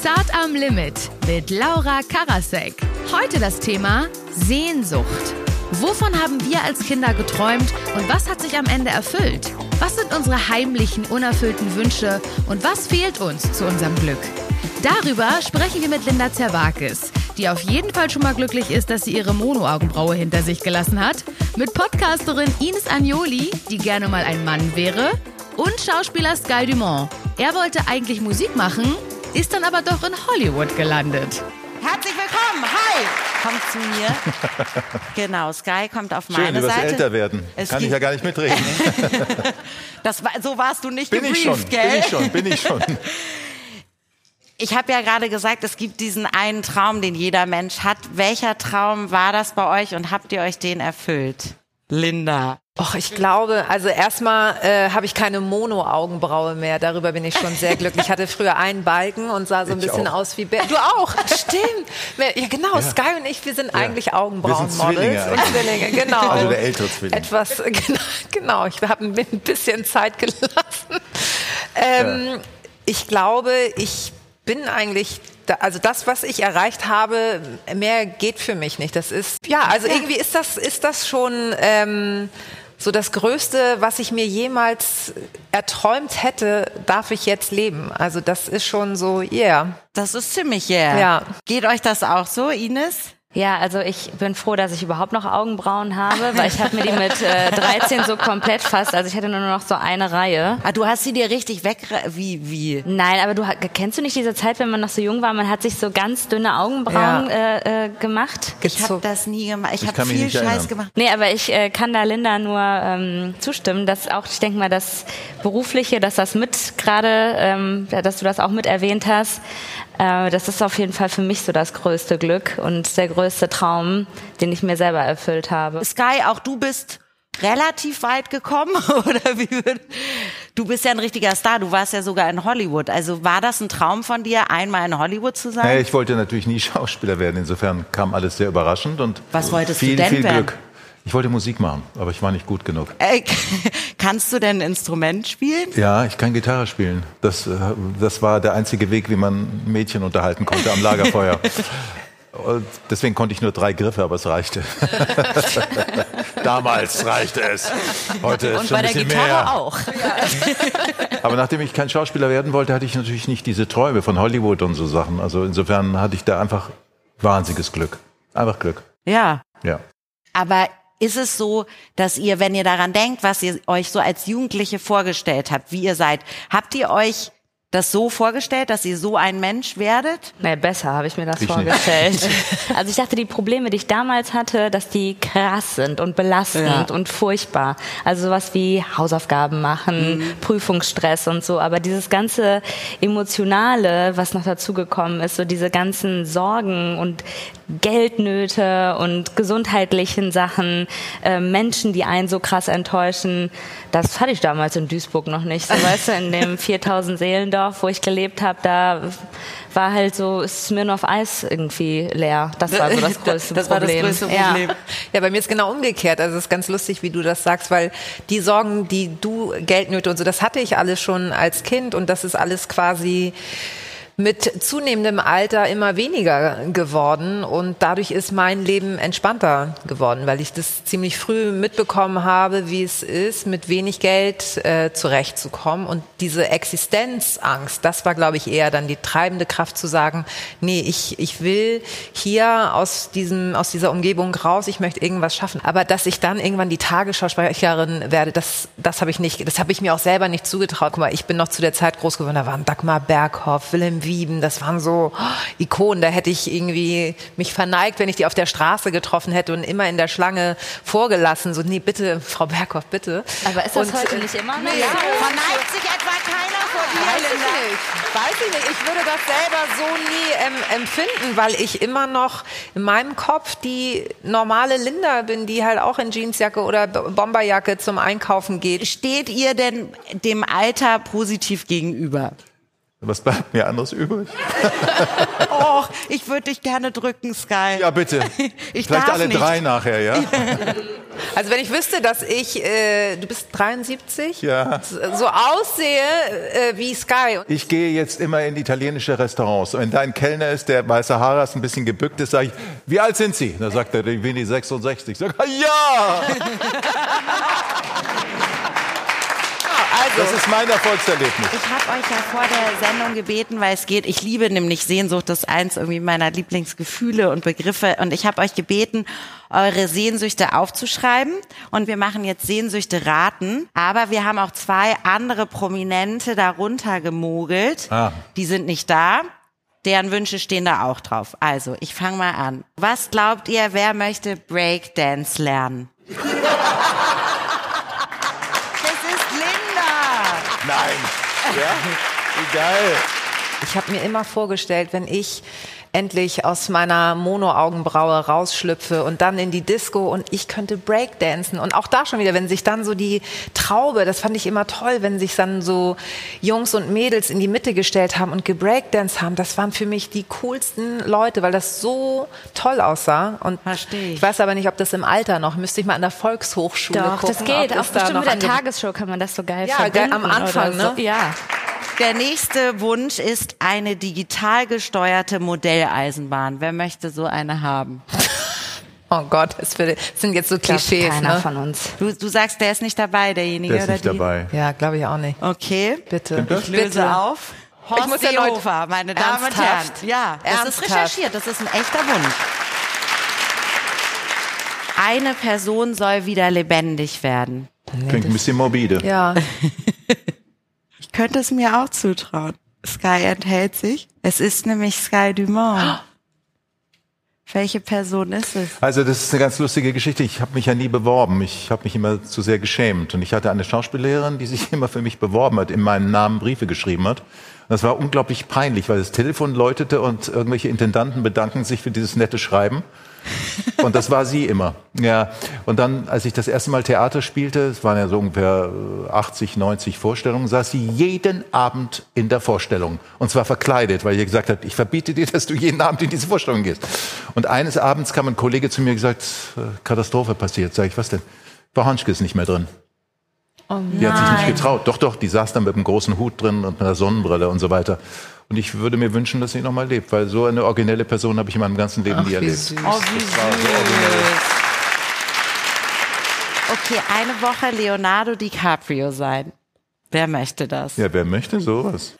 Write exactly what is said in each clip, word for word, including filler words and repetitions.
Zart am Limit mit Laura Karasek. Heute das Thema Sehnsucht. Wovon haben wir als Kinder geträumt und was hat sich am Ende erfüllt? Was sind unsere heimlichen, unerfüllten Wünsche und was fehlt uns zu unserem Glück? Darüber sprechen wir mit Linda Zerwakis, die auf jeden Fall schon mal glücklich ist, dass sie ihre Mono-Augenbraue hinter sich gelassen hat, mit Podcasterin Ines Agnoli, die gerne mal ein Mann wäre, und Schauspieler Sky Dumont. Er wollte eigentlich Musik machen, ist dann aber doch in Hollywood gelandet. Herzlich willkommen, hi! Kommt zu mir. Genau, Sky kommt auf meine Schön, du wirst Seite. älter werden. Es Kann ich ja gar nicht mitreden. das war, so warst du nicht bin gebrieft, ich schon, gell? Bin ich schon, bin ich schon. Ich habe ja gerade gesagt, es gibt diesen einen Traum, den jeder Mensch hat. Welcher Traum war das bei euch und habt ihr euch den erfüllt? Linda. Och, ich glaube, also erstmal äh, habe ich keine Mono-Augenbraue mehr. Darüber bin ich schon sehr glücklich. Ich hatte früher einen Balken und sah so ein Ich bisschen auch. Du auch, stimmt. Ja, genau, ja. Sky und ich, wir sind ja. eigentlich Augenbrauenmodels und Zwillinge, genau. Also der ältere Zwilling. Etwas, genau, genau. Ich habe mir ein bisschen Zeit gelassen. Ähm, ja. Ich glaube, ich bin eigentlich, da, also das, was ich erreicht habe, mehr geht für mich nicht. Das ist, ja, also irgendwie ist das, ist das schon ähm, so das Größte, was ich mir jemals erträumt hätte, darf ich jetzt leben. Also das ist schon so, yeah. Das ist ziemlich yeah. Ja. Geht euch das auch so, Ines? Ja, also ich bin froh, dass ich überhaupt noch Augenbrauen habe, weil ich habe mir die mit äh, dreizehn so komplett fast, also ich hatte nur noch so eine Reihe. Ah, du hast sie dir richtig weg, wie, wie? Nein, aber du kennst du nicht diese Zeit, wenn man noch so jung war, man hat sich so ganz dünne Augenbrauen ja. äh, äh, gemacht? Ich habe das nie gemacht, ich, ich habe viel Scheiß erinnern. gemacht. Nee, aber ich äh, kann da Linda nur ähm, zustimmen, dass auch, ich denke mal, das Berufliche, dass das mit gerade, ähm, dass du das auch mit erwähnt hast, äh, das ist auf jeden Fall für mich so das größte Glück und der größte Traum, den ich mir selber erfüllt habe. Sky, auch du bist relativ weit gekommen, oder wie? Du bist ja ein richtiger Star, du warst ja sogar in Hollywood. Also war das ein Traum von dir, einmal in Hollywood zu sein? Naja, ich wollte natürlich nie Schauspieler werden, insofern kam alles sehr überraschend und was wolltest viel, du denn viel werden? Glück. Ich wollte Musik machen, aber ich war nicht gut genug. Äh, kannst du denn ein Instrument spielen? Ja, ich kann Gitarre spielen. Das, das war der einzige Weg, wie man Mädchen unterhalten konnte am Lagerfeuer. Und deswegen konnte ich nur drei Griffe, aber es reichte. Damals reichte es. Heute ist Und schon bei ein der bisschen Gitarre mehr. auch. Aber nachdem ich kein Schauspieler werden wollte, hatte ich natürlich nicht diese Träume von Hollywood und so Sachen. Also insofern hatte ich da einfach wahnsinniges Glück. Einfach Glück. Ja. Ja. Aber ist es so, dass ihr, wenn ihr daran denkt, was ihr euch so als Jugendliche vorgestellt habt, wie ihr seid, habt ihr euch das so vorgestellt, dass ihr so ein Mensch werdet? Nee, besser habe ich mir das ich vorgestellt. Also ich dachte, die Probleme, die ich damals hatte, dass die krass sind und belastend ja. und furchtbar. Also sowas wie Hausaufgaben machen, mhm. Prüfungsstress und so. Aber dieses ganze Emotionale, was noch dazugekommen ist, so diese ganzen Sorgen und Geldnöte und gesundheitlichen Sachen, äh, Menschen, die einen so krass enttäuschen, das hatte ich damals in Duisburg noch nicht. So, weißt du, in dem viertausend Seelendorf, wo ich gelebt habe, da war halt so Smirnoff Eis irgendwie leer. Das war so das größte das Problem. Das war das größte Problem. Ja. ja, bei mir ist genau umgekehrt. Also es ist ganz lustig, wie du das sagst, weil die Sorgen, die du, Geldnöte und so, das hatte ich alles schon als Kind und das ist alles quasi mit zunehmendem Alter immer weniger geworden und dadurch ist mein Leben entspannter geworden, weil ich das ziemlich früh mitbekommen habe, wie es ist, mit wenig Geld äh, zurechtzukommen und diese Existenzangst, das war, glaube ich, eher dann die treibende Kraft zu sagen, nee, ich ich will hier aus diesem aus dieser Umgebung raus, ich möchte irgendwas schaffen, aber dass ich dann irgendwann die Tagesschausprecherin werde, das das habe ich nicht, das habe ich mir auch selber nicht zugetraut. Guck mal, ich bin noch zu der Zeit groß geworden, da waren Dagmar Berghoff, Wilhelm Wieben, das waren so Ikonen, da hätte ich irgendwie mich verneigt, wenn ich die auf der Straße getroffen hätte und immer in der Schlange vorgelassen, so, nee, bitte, Frau Berghoff, bitte. Aber ist das und, heute nicht immer noch? Nee, Ja. verneigt sich etwa keiner vor dir, Weiß ich Linda? nicht. Weiß ich nicht. Ich würde das selber so nie ähm, empfinden, weil ich immer noch in meinem Kopf die normale Linda bin, die halt auch in Jeansjacke oder Bomberjacke zum Einkaufen geht. Steht ihr denn dem Alter positiv gegenüber? Was bleibt mir anderes übrig? Och, ich würde dich gerne drücken, Sky. Ja, bitte. Ich Vielleicht darf alle nicht. drei nachher, ja? Also wenn ich wüsste, dass ich, äh, du bist dreiundsiebzig, Ja. so aussehe äh, wie Sky. Ich gehe jetzt immer in italienische Restaurants. Wenn da ein Kellner ist, der weiße Haare hat, ein bisschen gebückt ist, sage ich, wie alt sind Sie? Da sagt er, ich bin die sechsundsechzig. Ich sage, ja! Also, Das ist mein Erfolgserlebnis. ich habe euch ja vor der Sendung gebeten, weil es geht, ich liebe nämlich Sehnsucht, das ist eins irgendwie meiner Lieblingsgefühle und Begriffe. Und ich habe euch gebeten, eure Sehnsüchte aufzuschreiben. Und wir machen jetzt Sehnsüchte raten. Aber wir haben auch zwei andere Prominente darunter gemogelt. Ah. Die sind nicht da. Deren Wünsche stehen da auch drauf. Also, ich fange mal an. Was glaubt ihr, wer möchte Breakdance lernen? Nein. Ja? Wie geil. Ich habe mir immer vorgestellt, wenn ich endlich aus meiner Mono-Augenbraue rausschlüpfe und dann in die Disco und ich könnte Breakdancen. Und auch da schon wieder, wenn sich dann so die Traube, das fand ich immer toll, wenn sich dann so Jungs und Mädels in die Mitte gestellt haben und gebreakdanced haben. Das waren für mich die coolsten Leute, weil das so toll aussah. Und Verstehe ich. ich weiß aber nicht, ob das im Alter noch, müsste ich mal an der Volkshochschule Doch, gucken. das geht. ob Auch es da bestimmt noch mit der ange- Tagesshow kann man das so geil Ja, verbinden. am Anfang, oder so. ne? Ja. Der nächste Wunsch ist eine digital gesteuerte Modelleisenbahn. Wer möchte so eine haben? Oh Gott, das wird- das sind jetzt so Glaub, Klischees, keiner ne? von uns. Du, du sagst, der ist nicht dabei, derjenige Der ist oder nicht die? dabei. Ja, glaube ich auch nicht. Okay. Bitte. Ich löse Bitte. auf. Horst Ich muss ja Leute- Seehofer, meine Damen und Herren. Ernsthaft? Ja, das ist Ernsthaft? recherchiert. Das ist ein echter Wunsch. Eine Person soll wieder lebendig werden. Klingt ein bisschen morbide. Ja. Ich könnte es mir auch zutrauen. Sky enthält sich. Es ist nämlich Sky Dumont. Welche Person ist es? Also das ist eine ganz lustige Geschichte. Ich habe mich ja nie beworben. Ich habe mich immer zu sehr geschämt. Und ich hatte eine Schauspiellehrerin, die sich immer für mich beworben hat, in meinem Namen Briefe geschrieben hat. Und das war unglaublich peinlich, weil das Telefon läutete und irgendwelche Intendanten bedanken sich für dieses nette Schreiben. Und das war sie immer. Ja. Und dann, als ich das erste Mal Theater spielte, es waren ja so ungefähr achtzig, neunzig Vorstellungen, saß sie jeden Abend in der Vorstellung. Und zwar verkleidet, weil ihr gesagt hat, ich verbiete dir, dass du jeden Abend in diese Vorstellung gehst. Und eines Abends kam ein Kollege zu mir und gesagt, Katastrophe passiert. Sag ich, was denn? Frau Hanschke ist nicht mehr drin. Oh die hat sich nicht getraut. Doch, doch, die saß dann mit einem großen Hut drin und mit einer Sonnenbrille und so weiter. Und ich würde mir wünschen, dass sie noch mal lebt, weil so eine originelle Person habe ich in meinem ganzen Leben Ach, nie wie erlebt. süß. Oh, wie Das war so originell. Okay, eine Woche Leonardo DiCaprio sein. Wer möchte das? Ja, wer möchte sowas?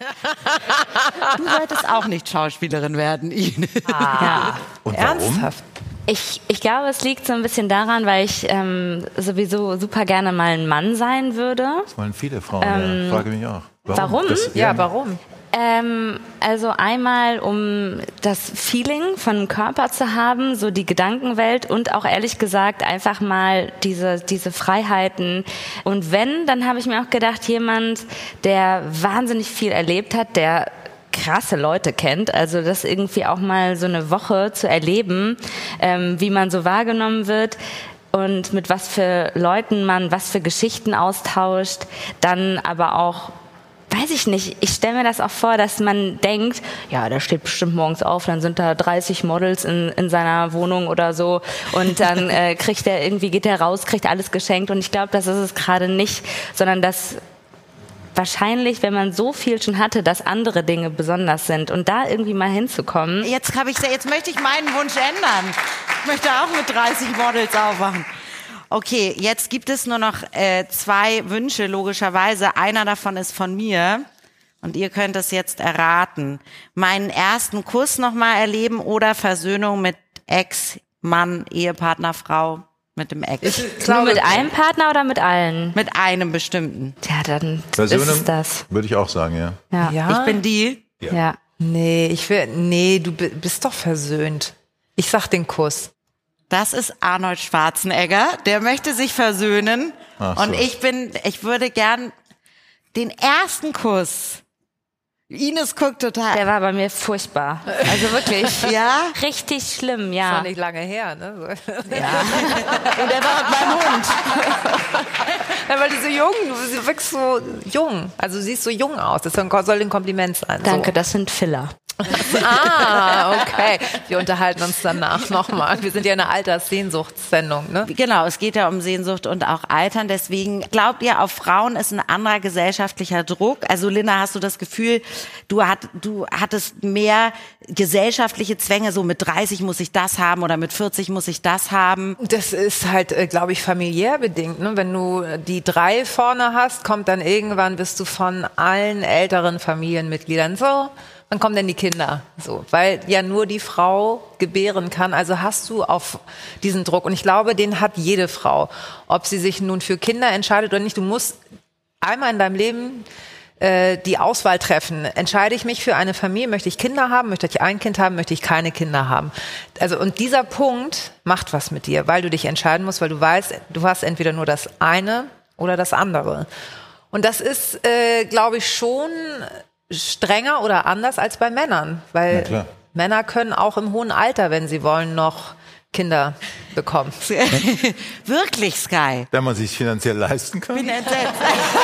Du solltest auch nicht Schauspielerin werden, Ines. Ja. Und warum? Ernsthaft? Ich, ich glaube, es liegt so ein bisschen daran, weil ich ähm, sowieso super gerne mal ein Mann sein würde. Das wollen viele Frauen, ja. Frage mich auch. warum? Das, Ja, warum? Ähm, also einmal, um das Feeling von dem Körper zu haben, so die Gedankenwelt und auch ehrlich gesagt einfach mal diese, diese Freiheiten. Und wenn, dann habe ich mir auch gedacht, jemand, der wahnsinnig viel erlebt hat, der krasse Leute kennt, also das irgendwie auch mal so eine Woche zu erleben, ähm, wie man so wahrgenommen wird und mit was für Leuten man was für Geschichten austauscht, dann aber auch, weiß ich nicht, ich stelle mir das auch vor, dass man denkt, ja, der steht bestimmt morgens auf, dann sind da dreißig Models in, in seiner Wohnung oder so und dann äh, kriegt er irgendwie, geht er raus, kriegt alles geschenkt und ich glaube, das ist es gerade nicht, sondern dass wahrscheinlich, wenn man so viel schon hatte, dass andere Dinge besonders sind und da irgendwie mal hinzukommen. Jetzt habe ich, jetzt möchte ich meinen Wunsch ändern. Ich möchte auch mit dreißig Models aufwachen. Okay, jetzt gibt es nur noch äh, zwei Wünsche, logischerweise. Einer davon ist von mir und ihr könnt es jetzt erraten. Meinen ersten Kuss nochmal erleben oder Versöhnung mit Ex-Mann, Ehepartner, Frau, mit dem Ex. Nur mit einem Partner oder mit allen? Mit einem bestimmten. Ja, dann Versöhnung ist es das. würde ich auch sagen, ja. Ja. Ja? Ich bin die. Ja. ja. Nee, ich will, nee, du bi- bist doch versöhnt. Ich sag den Kuss. Das ist Arnold Schwarzenegger. Der möchte sich versöhnen. Ach so. Und ich bin, ich würde gern den ersten Kuss. Ines guckt total. Der war bei mir furchtbar. Also wirklich. Ja? Richtig schlimm, War ja. nicht lange her, ne? So. ja. Und der war mit meinem Hund. Ja, weil du so jung, du wirkst so jung. Also du siehst so jung aus. Das soll ein Kompliment sein. Danke, So. das sind Filler. Ah, okay. Wir unterhalten uns danach nochmal. Wir sind ja eine Alterssehnsuchtssendung, ne? Genau, es geht ja um Sehnsucht und auch Altern. Deswegen glaubt ihr, auf Frauen ist ein anderer gesellschaftlicher Druck? Also Linda, hast du das Gefühl, du, hat, du hattest mehr gesellschaftliche Zwänge, so mit dreißig muss ich das haben oder mit vierzig muss ich das haben? Das ist halt, äh, glaube ich, familiär bedingt. Ne? Wenn du die drei vorne hast, kommt dann irgendwann, bist du von allen älteren Familienmitgliedern so, wann kommen denn die Kinder? So, weil ja nur die Frau gebären kann. Also hast du auf diesen Druck. Und ich glaube, den hat jede Frau. Ob sie sich nun für Kinder entscheidet oder nicht. Du musst einmal in deinem Leben äh, die Auswahl treffen. Entscheide ich mich für eine Familie? Möchte ich Kinder haben? Möchte ich ein Kind haben? Möchte ich keine Kinder haben? Also, und dieser Punkt macht was mit dir, weil du dich entscheiden musst, weil du weißt, du hast entweder nur das eine oder das andere. Und das ist, äh, glaube ich, schon strenger oder anders als bei Männern, weil Männer können auch im hohen Alter, wenn sie wollen, noch Kinder bekommen. Wirklich, Sky? Wenn man sich finanziell leisten kann. Bin entsetzt.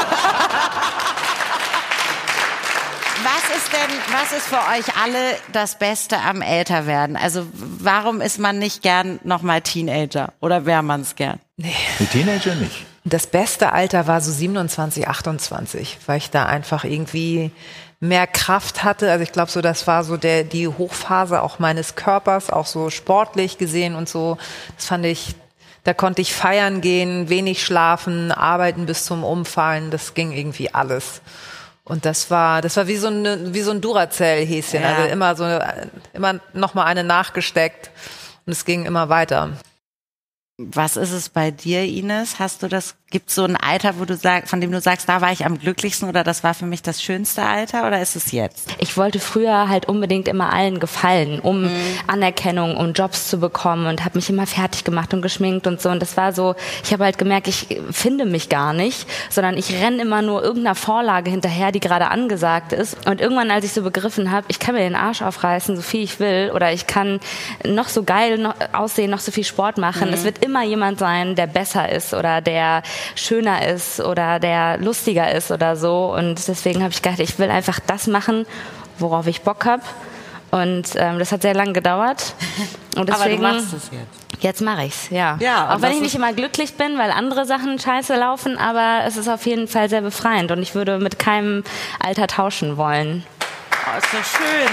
Was ist denn, was ist für euch alle das Beste am Älterwerden? Also warum ist man nicht gern nochmal Teenager? Oder wäre man es gern? Nee. Die Teenager nicht. Das beste Alter war so siebenundzwanzig, achtundzwanzig, weil ich da einfach irgendwie mehr Kraft hatte. Also ich glaube so, das war so der die Hochphase auch meines Körpers, auch so sportlich gesehen und so. Das fand ich, da konnte ich feiern gehen, wenig schlafen, arbeiten bis zum Umfallen. Das ging irgendwie alles. Und das war, das war wie so ein, wie so ein Duracell-Häschen. Ja. Also immer so, immer noch mal eine nachgesteckt und es ging immer weiter. Was ist es bei dir, Ines? Hast du das, gibt's so ein Alter, wo du sagst, von dem du sagst, da war ich am glücklichsten oder das war für mich das schönste Alter oder ist es jetzt? Ich wollte früher halt unbedingt immer allen gefallen, um mhm. Anerkennung, um Jobs zu bekommen und habe mich immer fertig gemacht und geschminkt und so. Und das war so, ich habe halt gemerkt, ich finde mich gar nicht, sondern ich renne immer nur irgendeiner Vorlage hinterher, die gerade angesagt ist. Und irgendwann, als ich so begriffen habe, ich kann mir den Arsch aufreißen, so viel ich will, oder ich kann noch so geil noch aussehen, noch so viel Sport machen. Mhm. Es wird immer jemand sein, der besser ist oder der schöner ist oder der lustiger ist oder so. Und deswegen habe ich gedacht, ich will einfach das machen, worauf ich Bock habe. Und ähm, das hat sehr lange gedauert. Und deswegen, aber du machst es jetzt. Jetzt mache ich's, ja. ja auch wenn ich nicht immer glücklich bin, weil andere Sachen scheiße laufen, aber es ist auf jeden Fall sehr befreiend und ich würde mit keinem Alter tauschen wollen. Oh, ist doch schön.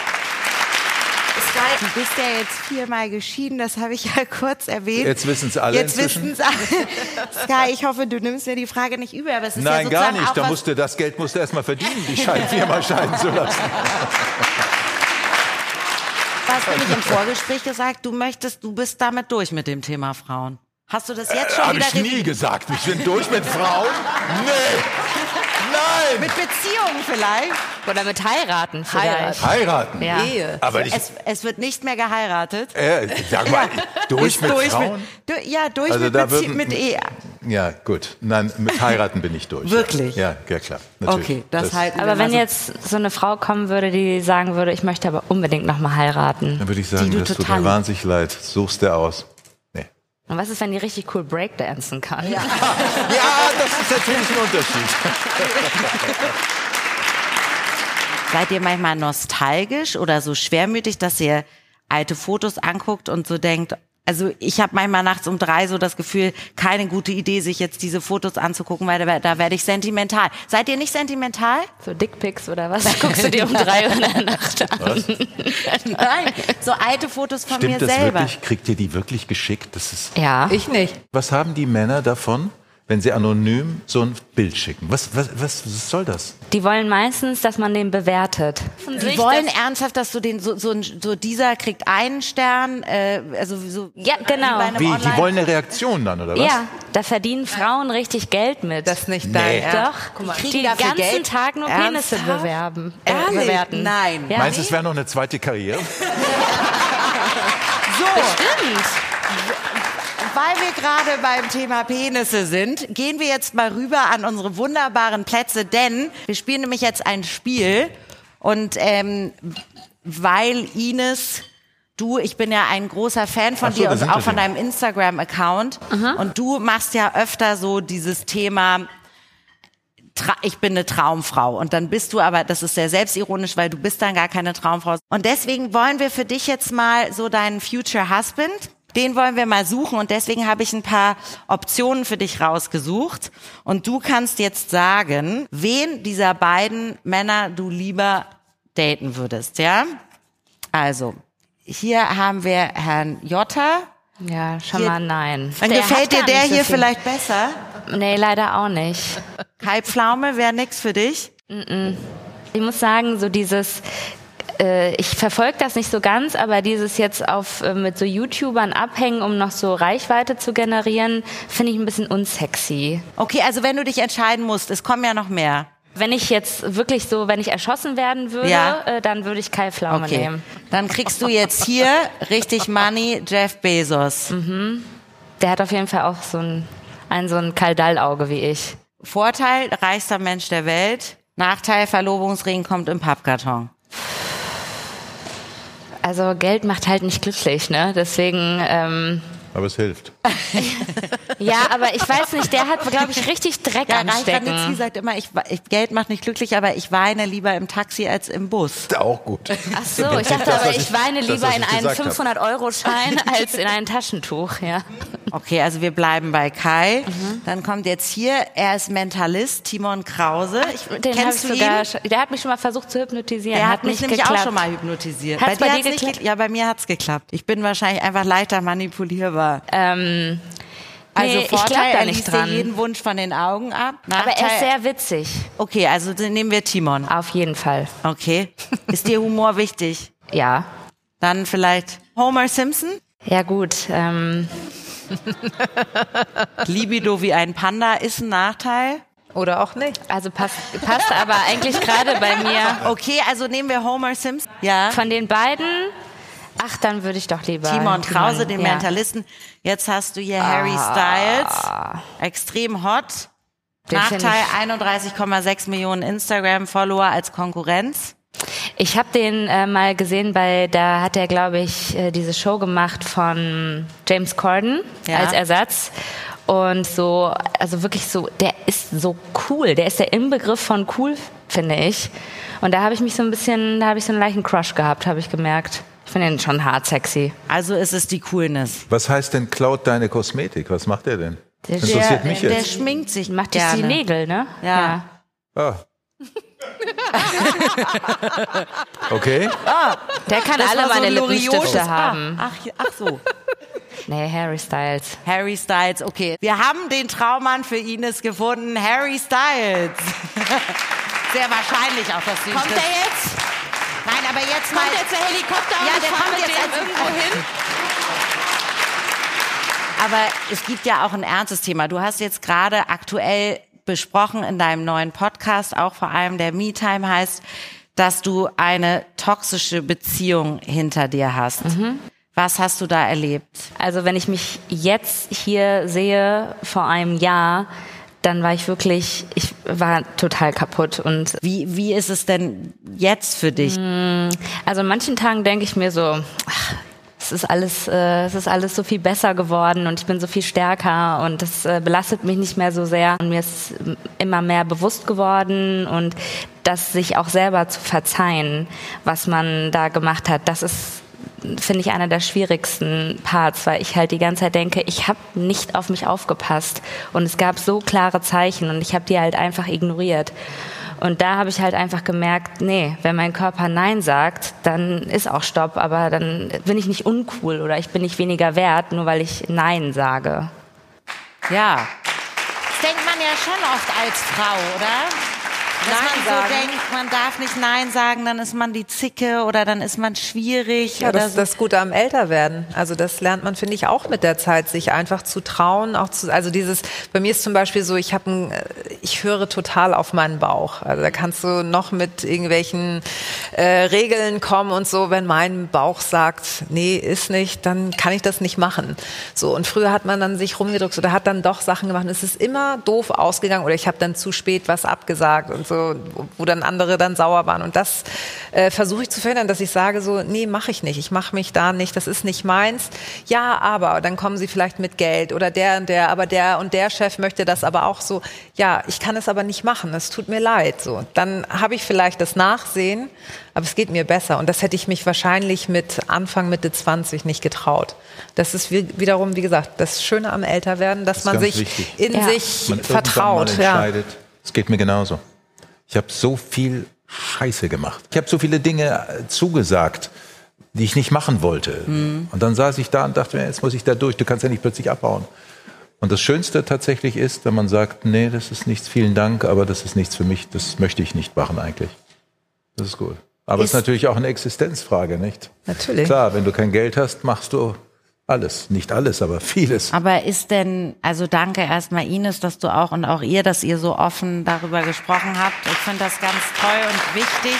Du bist ja jetzt viermal geschieden, das habe ich ja kurz erwähnt. Jetzt wissen es alle Jetzt inzwischen. Wissen's alle. Sky, ich hoffe, du nimmst mir die Frage nicht über. Aber es ist Nein, ja gar nicht. Auch Da musste, das Geld musste erst mal verdienen, die Schein viermal scheiden zu lassen. Was habe ich im Vorgespräch gesagt? Du möchtest, du bist damit durch mit dem Thema Frauen. Hast du das jetzt schon äh, wieder? Habe ich nie gesagt. Ich bin durch mit Frauen? Nee. Nein! Mit Beziehungen vielleicht? Oder mit Heiraten vielleicht. Heiraten? Ja. Ehe. Aber ich, es, es wird nicht mehr geheiratet. äh, sag mal, durch mit durch Frauen? Mit, du, ja, durch Also mit, da Bezie- würden- mit Ehe. Ja, gut. Nein, mit heiraten bin ich durch. Wirklich? Ja, ja klar. Natürlich. Okay, das, halten wir Aber wenn mal so. jetzt so eine Frau kommen würde, die sagen würde, ich möchte aber unbedingt noch mal heiraten. Dann würde ich sagen, Die du das tut total mir wahnsinnig leid. Suchst dir aus. Nee. Und was ist, wenn die richtig cool Breakdancen kann? Ja. Ja, das ist natürlich ein Unterschied. Seid ihr manchmal nostalgisch oder so schwermütig, dass ihr alte Fotos anguckt und so denkt, also ich habe manchmal nachts um drei so das Gefühl, keine gute Idee, sich jetzt diese Fotos anzugucken, weil da, da werde ich sentimental. Seid ihr nicht sentimental? So Dickpics oder was? Guckst du dir um drei Uhr in der Nacht an? Nein, so alte Fotos von Stimmt mir das selber. wirklich? Kriegt ihr die wirklich geschickt? Das ist. Ja. Ich nicht. Was haben die Männer davon, wenn sie anonym so ein Bild schicken? Was, was, was, was soll das? Die wollen meistens, dass man den bewertet. Die wollen ernsthaft, dass du den so so, so dieser kriegt einen Stern, äh, also so Ja, genau. wie bei einem Wie? Online- Die wollen eine Reaktion dann, oder was? Ja, da verdienen Frauen richtig Geld mit. Das ist nicht Nee. dein Ernst. Doch, Guck mal. die kriegen den dafür ganzen Geld? Tag nur Penisse Ernsthaft? bewerben. Äh, Ehrlich? bewerten. Nein. Ja. Meinst du, es wäre noch eine zweite Karriere? So, Stimmt. weil wir gerade beim Thema Penisse sind, gehen wir jetzt mal rüber an unsere wunderbaren Plätze, denn wir spielen nämlich jetzt ein Spiel und ähm, weil Ines, du, ich bin ja ein großer Fan von Ach so, dir da und sind auch wir von schon. deinem Instagram-Account und du machst ja öfter so dieses Thema Tra- ich bin eine Traumfrau. Und dann bist du aber, das ist sehr selbstironisch, weil du bist dann gar keine Traumfrau. Und deswegen wollen wir für dich jetzt mal so deinen Future Husband, den wollen wir mal suchen. Und deswegen habe ich ein paar Optionen für dich rausgesucht. Und du kannst jetzt sagen, wen dieser beiden Männer du lieber daten würdest, ja? Also, hier haben wir Herrn Jotta. Ja, schon Hier- mal nein. Dann Der gefällt hat dir gar der nicht so hier viel. vielleicht besser? Nee, leider auch nicht. Kai Pflaume wäre nix für dich? Ich muss sagen, so dieses, äh, ich verfolge das nicht so ganz, aber dieses jetzt auf äh, mit so YouTubern abhängen, um noch so Reichweite zu generieren, finde ich ein bisschen unsexy. Okay, also wenn du dich entscheiden musst, es kommen ja noch mehr. Wenn ich jetzt wirklich so, wenn ich erschossen werden würde, Ja. äh, dann würde ich Kai Pflaume Okay, nehmen. dann kriegst du jetzt hier richtig Money, Jeff Bezos. Der hat auf jeden Fall auch so ein, ein so ein Kaldallauge wie ich. Vorteil, reichster Mensch der Welt. Nachteil, Verlobungsring kommt im Pappkarton. Also Geld macht halt nicht glücklich, ne? Deswegen, ähm, Aber es hilft. ja, aber ich weiß nicht, der hat, glaube ich, richtig Dreck Ja, am Reich Ranitzky Stecken. sagt immer, ich, ich, Geld macht nicht glücklich, aber ich weine lieber im Taxi als im Bus. Auch gut. Ach so, Im ich Prinzip dachte das, aber, was ich weine das, lieber was in ich einen gesagt habe. fünfhundert-Euro-Schein als in ein Taschentuch, ja. Okay, also wir bleiben bei Kai. Dann kommt jetzt hier, er ist Mentalist, Timon Krause. Ich, Den hab ich kennst du sogar, ihn? schon- der hat mich schon mal versucht zu hypnotisieren. Der hat mich nicht nämlich geklappt. auch schon mal hypnotisiert. Hat's bei dir dir hat's nicht geklappt? ge- Ja, bei mir hat's geklappt. Ich bin wahrscheinlich einfach leichter manipulierbar. Ähm, Also nee, ich Vorteil, glaub da er nicht liest dran. dir jeden Wunsch von den Augen ab. aber er ist Nachteil- sehr witzig. Okay, also dann nehmen wir Timon. Auf jeden Fall. Okay. Ist dir Humor wichtig? Ja. Dann vielleicht Homer Simpson? Ja gut, ähm, Libido wie ein Panda ist ein Nachteil. Oder auch nicht. also passt, passt aber eigentlich gerade bei mir. Okay, also nehmen wir Homer Simpson. Ja. Von den beiden, ach, dann würde ich doch lieber Timon Krause, den ja. Mentalisten. Jetzt hast du hier Harry Styles. Extrem hot. Den find Nachteil ich- einunddreißig Komma sechs Millionen Instagram-Follower als Konkurrenz. Ich habe den äh, mal gesehen bei, da hat er, glaube ich, äh, diese Show gemacht von James Corden Ja. als Ersatz. Und so, also wirklich so, der ist so cool. Der ist der Inbegriff von cool, finde ich. Und da habe ich mich so ein bisschen, da habe ich so einen leichten Crush gehabt, habe ich gemerkt. Ich finde ihn schon hart sexy. Also ist es die Coolness. Was heißt denn klaut deine Kosmetik? Was macht er denn? Der- Das interessiert mich der jetzt. schminkt sich Macht dich gerne. die Nägel, ne? Ja. Ah. Okay. Der kann Das alle war so meine ein Loriotes- Lippenstifte Ah, haben. Ach, ach so. Nee, Harry Styles. Harry Styles, okay. Wir haben den Traummann für Ines gefunden, Harry Styles. Sehr wahrscheinlich auch, dass du ihn Kommt triffst. er jetzt? Nein, aber jetzt mal... Kommt jetzt der Helikopter und Ja, ich der fahr kommt mit jetzt dem als- irgendwo hin? Aber es gibt ja auch ein ernstes Thema. Du hast jetzt gerade aktuell besprochen in deinem neuen Podcast, auch vor allem der Me-Time heißt, dass du eine toxische Beziehung hinter dir hast. Was hast du da erlebt? Also wenn ich mich jetzt hier sehe, vor einem Jahr, dann war ich wirklich, ich war total kaputt. Und Wie, wie ist es denn jetzt für dich? also an manchen Tagen denke ich mir so, ach, es ist alles, äh, es ist alles so viel besser geworden und ich bin so viel stärker und das äh, belastet mich nicht mehr so sehr. Und mir ist ähm, immer mehr bewusst geworden und das sich auch selber zu verzeihen, was man da gemacht hat, das ist, finde ich, einer der schwierigsten Parts, weil ich halt die ganze Zeit denke, ich habe nicht auf mich aufgepasst und es gab so klare Zeichen und ich habe die halt einfach ignoriert. Und da habe ich halt einfach gemerkt, nee, wenn mein Körper Nein sagt, dann ist auch Stopp, aber dann bin ich nicht uncool oder ich bin nicht weniger wert, nur weil ich Nein sage. Ja. Das denkt man ja schon oft als Frau, oder? Dass Nein man sagen. so denkt, man darf nicht Nein sagen, dann ist man die Zicke oder dann ist man schwierig. Ja, oder das ist so. das Gute am Älterwerden. Also das lernt man, finde ich, auch mit der Zeit, sich einfach zu trauen. Auch zu, also dieses, bei mir ist zum Beispiel so, ich habe, ein, ich höre total auf meinen Bauch. Also da kannst du noch mit irgendwelchen äh, Regeln kommen und so. Wenn mein Bauch sagt, nee, ist nicht, dann kann ich das nicht machen. So, und früher hat man dann sich rumgedrückt oder hat dann doch Sachen gemacht. Und es ist immer doof ausgegangen oder ich habe dann zu spät was abgesagt und so. so, wo dann andere dann sauer waren. Und das äh, versuche ich zu verhindern, dass ich sage so, nee, mache ich nicht. Ich mache mich da nicht, das ist nicht meins. Ja, aber dann kommen sie vielleicht mit Geld oder der und der, aber der und der Chef möchte das aber auch so. Ja, ich kann es aber nicht machen, es tut mir leid. So, dann habe ich vielleicht das Nachsehen, aber es geht mir besser. Und das hätte ich mich wahrscheinlich mit Anfang, Mitte zwanzig nicht getraut. Das ist wie, wiederum, wie gesagt, das Schöne am Älterwerden, dass das man sich wichtig. in ja. sich man vertraut. Man entscheidet. Ja. Es geht mir genauso. Ich habe so viel Scheiße gemacht. Ich habe so viele Dinge zugesagt, die ich nicht machen wollte. Mhm. Und dann saß ich da und dachte mir, jetzt muss ich da durch. Du kannst ja nicht plötzlich abhauen. Und das Schönste tatsächlich ist, wenn man sagt, nee, das ist nichts, vielen Dank, aber das ist nichts für mich, das möchte ich nicht machen eigentlich. Das ist gut. Aber es ist natürlich auch eine Existenzfrage, nicht? Natürlich. Klar, wenn du kein Geld hast, machst du alles. Nicht alles, aber vieles. Aber ist denn, also danke erstmal Ines, dass du auch und auch ihr, dass ihr so offen darüber gesprochen habt. Ich finde das ganz toll und wichtig.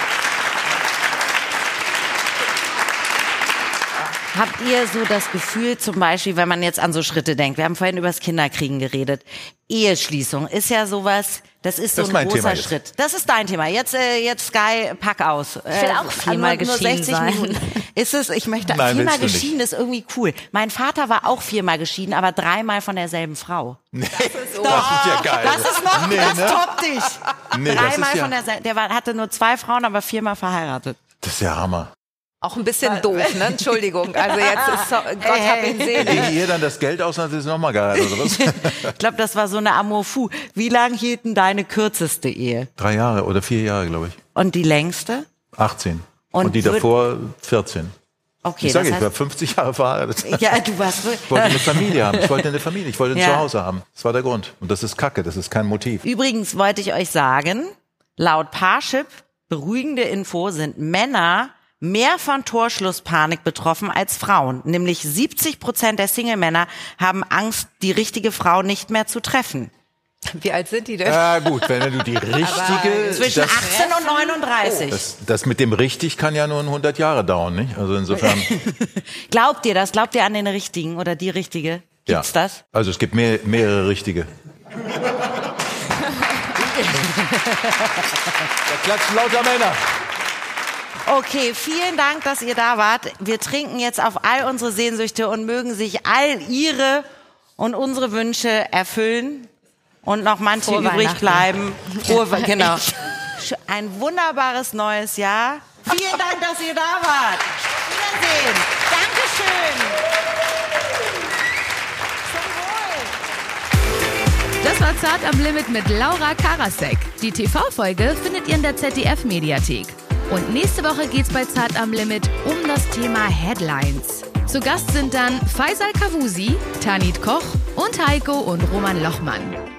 Habt ihr so das Gefühl, zum Beispiel, wenn man jetzt an so Schritte denkt, wir haben vorhin über das Kinderkriegen geredet, Eheschließung ist ja sowas, das ist so das ein großer Schritt. Das ist dein Thema. Jetzt, äh, jetzt Sky, pack aus. Ich will auch viermal nur, nur geschieden sein. Minuten. Ist es, ich möchte, Nein, viermal willst du geschieden nicht. ist irgendwie cool. Mein Vater war auch viermal geschieden, aber dreimal von derselben Frau. Nee, Das ist, das ist ja geil. Das ist noch, Nee, das ne? toppt dich. Nee, das Dreimal ist ja, von derselben, der war, hatte nur zwei Frauen, aber viermal verheiratet. das ist ja Hammer. auch ein bisschen doof, ne? Entschuldigung. Also jetzt ist so, Gott hab ihn selig. Lege ihr dann das Geld aus und hat sie es nochmal geheiratet oder was? Ich glaube, das war so eine Amour fou. Wie lang hielt denn deine kürzeste Ehe? Drei Jahre oder vier Jahre, glaube ich. Und die längste? achtzehn. Und Und, die würd- davor vierzehn. Okay, Ich sage, das ich war heißt, fünfzig Jahre verheiratet. ja, du warst Ich wollte eine Familie haben. Ich wollte eine Familie. Ich wollte ein Ja. Zuhause haben. Das war der Grund. Und das ist Kacke. Das ist kein Motiv. Übrigens wollte ich euch sagen, laut Parship, beruhigende Info, sind Männer mehr von Torschlusspanik betroffen als Frauen. Nämlich siebzig Prozent der Single-Männer haben Angst, die richtige Frau nicht mehr zu treffen. Wie alt sind die denn? Ja gut, wenn du die richtige... Zwischen das, achtzehn und neununddreißig. das, das mit dem richtig kann ja nur hundert Jahre dauern, nicht? Also insofern... Glaubt ihr das? Glaubt ihr an den Richtigen oder die Richtige? Gibt's ja. das? Also es gibt mehr, mehrere richtige. Da klatschen lauter Männer. Okay, vielen Dank, dass ihr da wart. Wir trinken jetzt auf all unsere Sehnsüchte und mögen sich all ihre und unsere Wünsche erfüllen und noch manche Frohe übrig Weihnachten. bleiben. Frohe, genau. Ein wunderbares neues Jahr. Vielen Dank, dass ihr da wart. Wiedersehen. Dankeschön. Zum Wohl. Das war Zart am Limit mit Laura Karasek. Die T V-Folge findet ihr in der Z D F-Mediathek. Und nächste Woche geht's bei Zart am Limit um das Thema Headlines. Zu Gast sind dann Faisal Kavusi, Tanit Koch und Heiko und Roman Lochmann.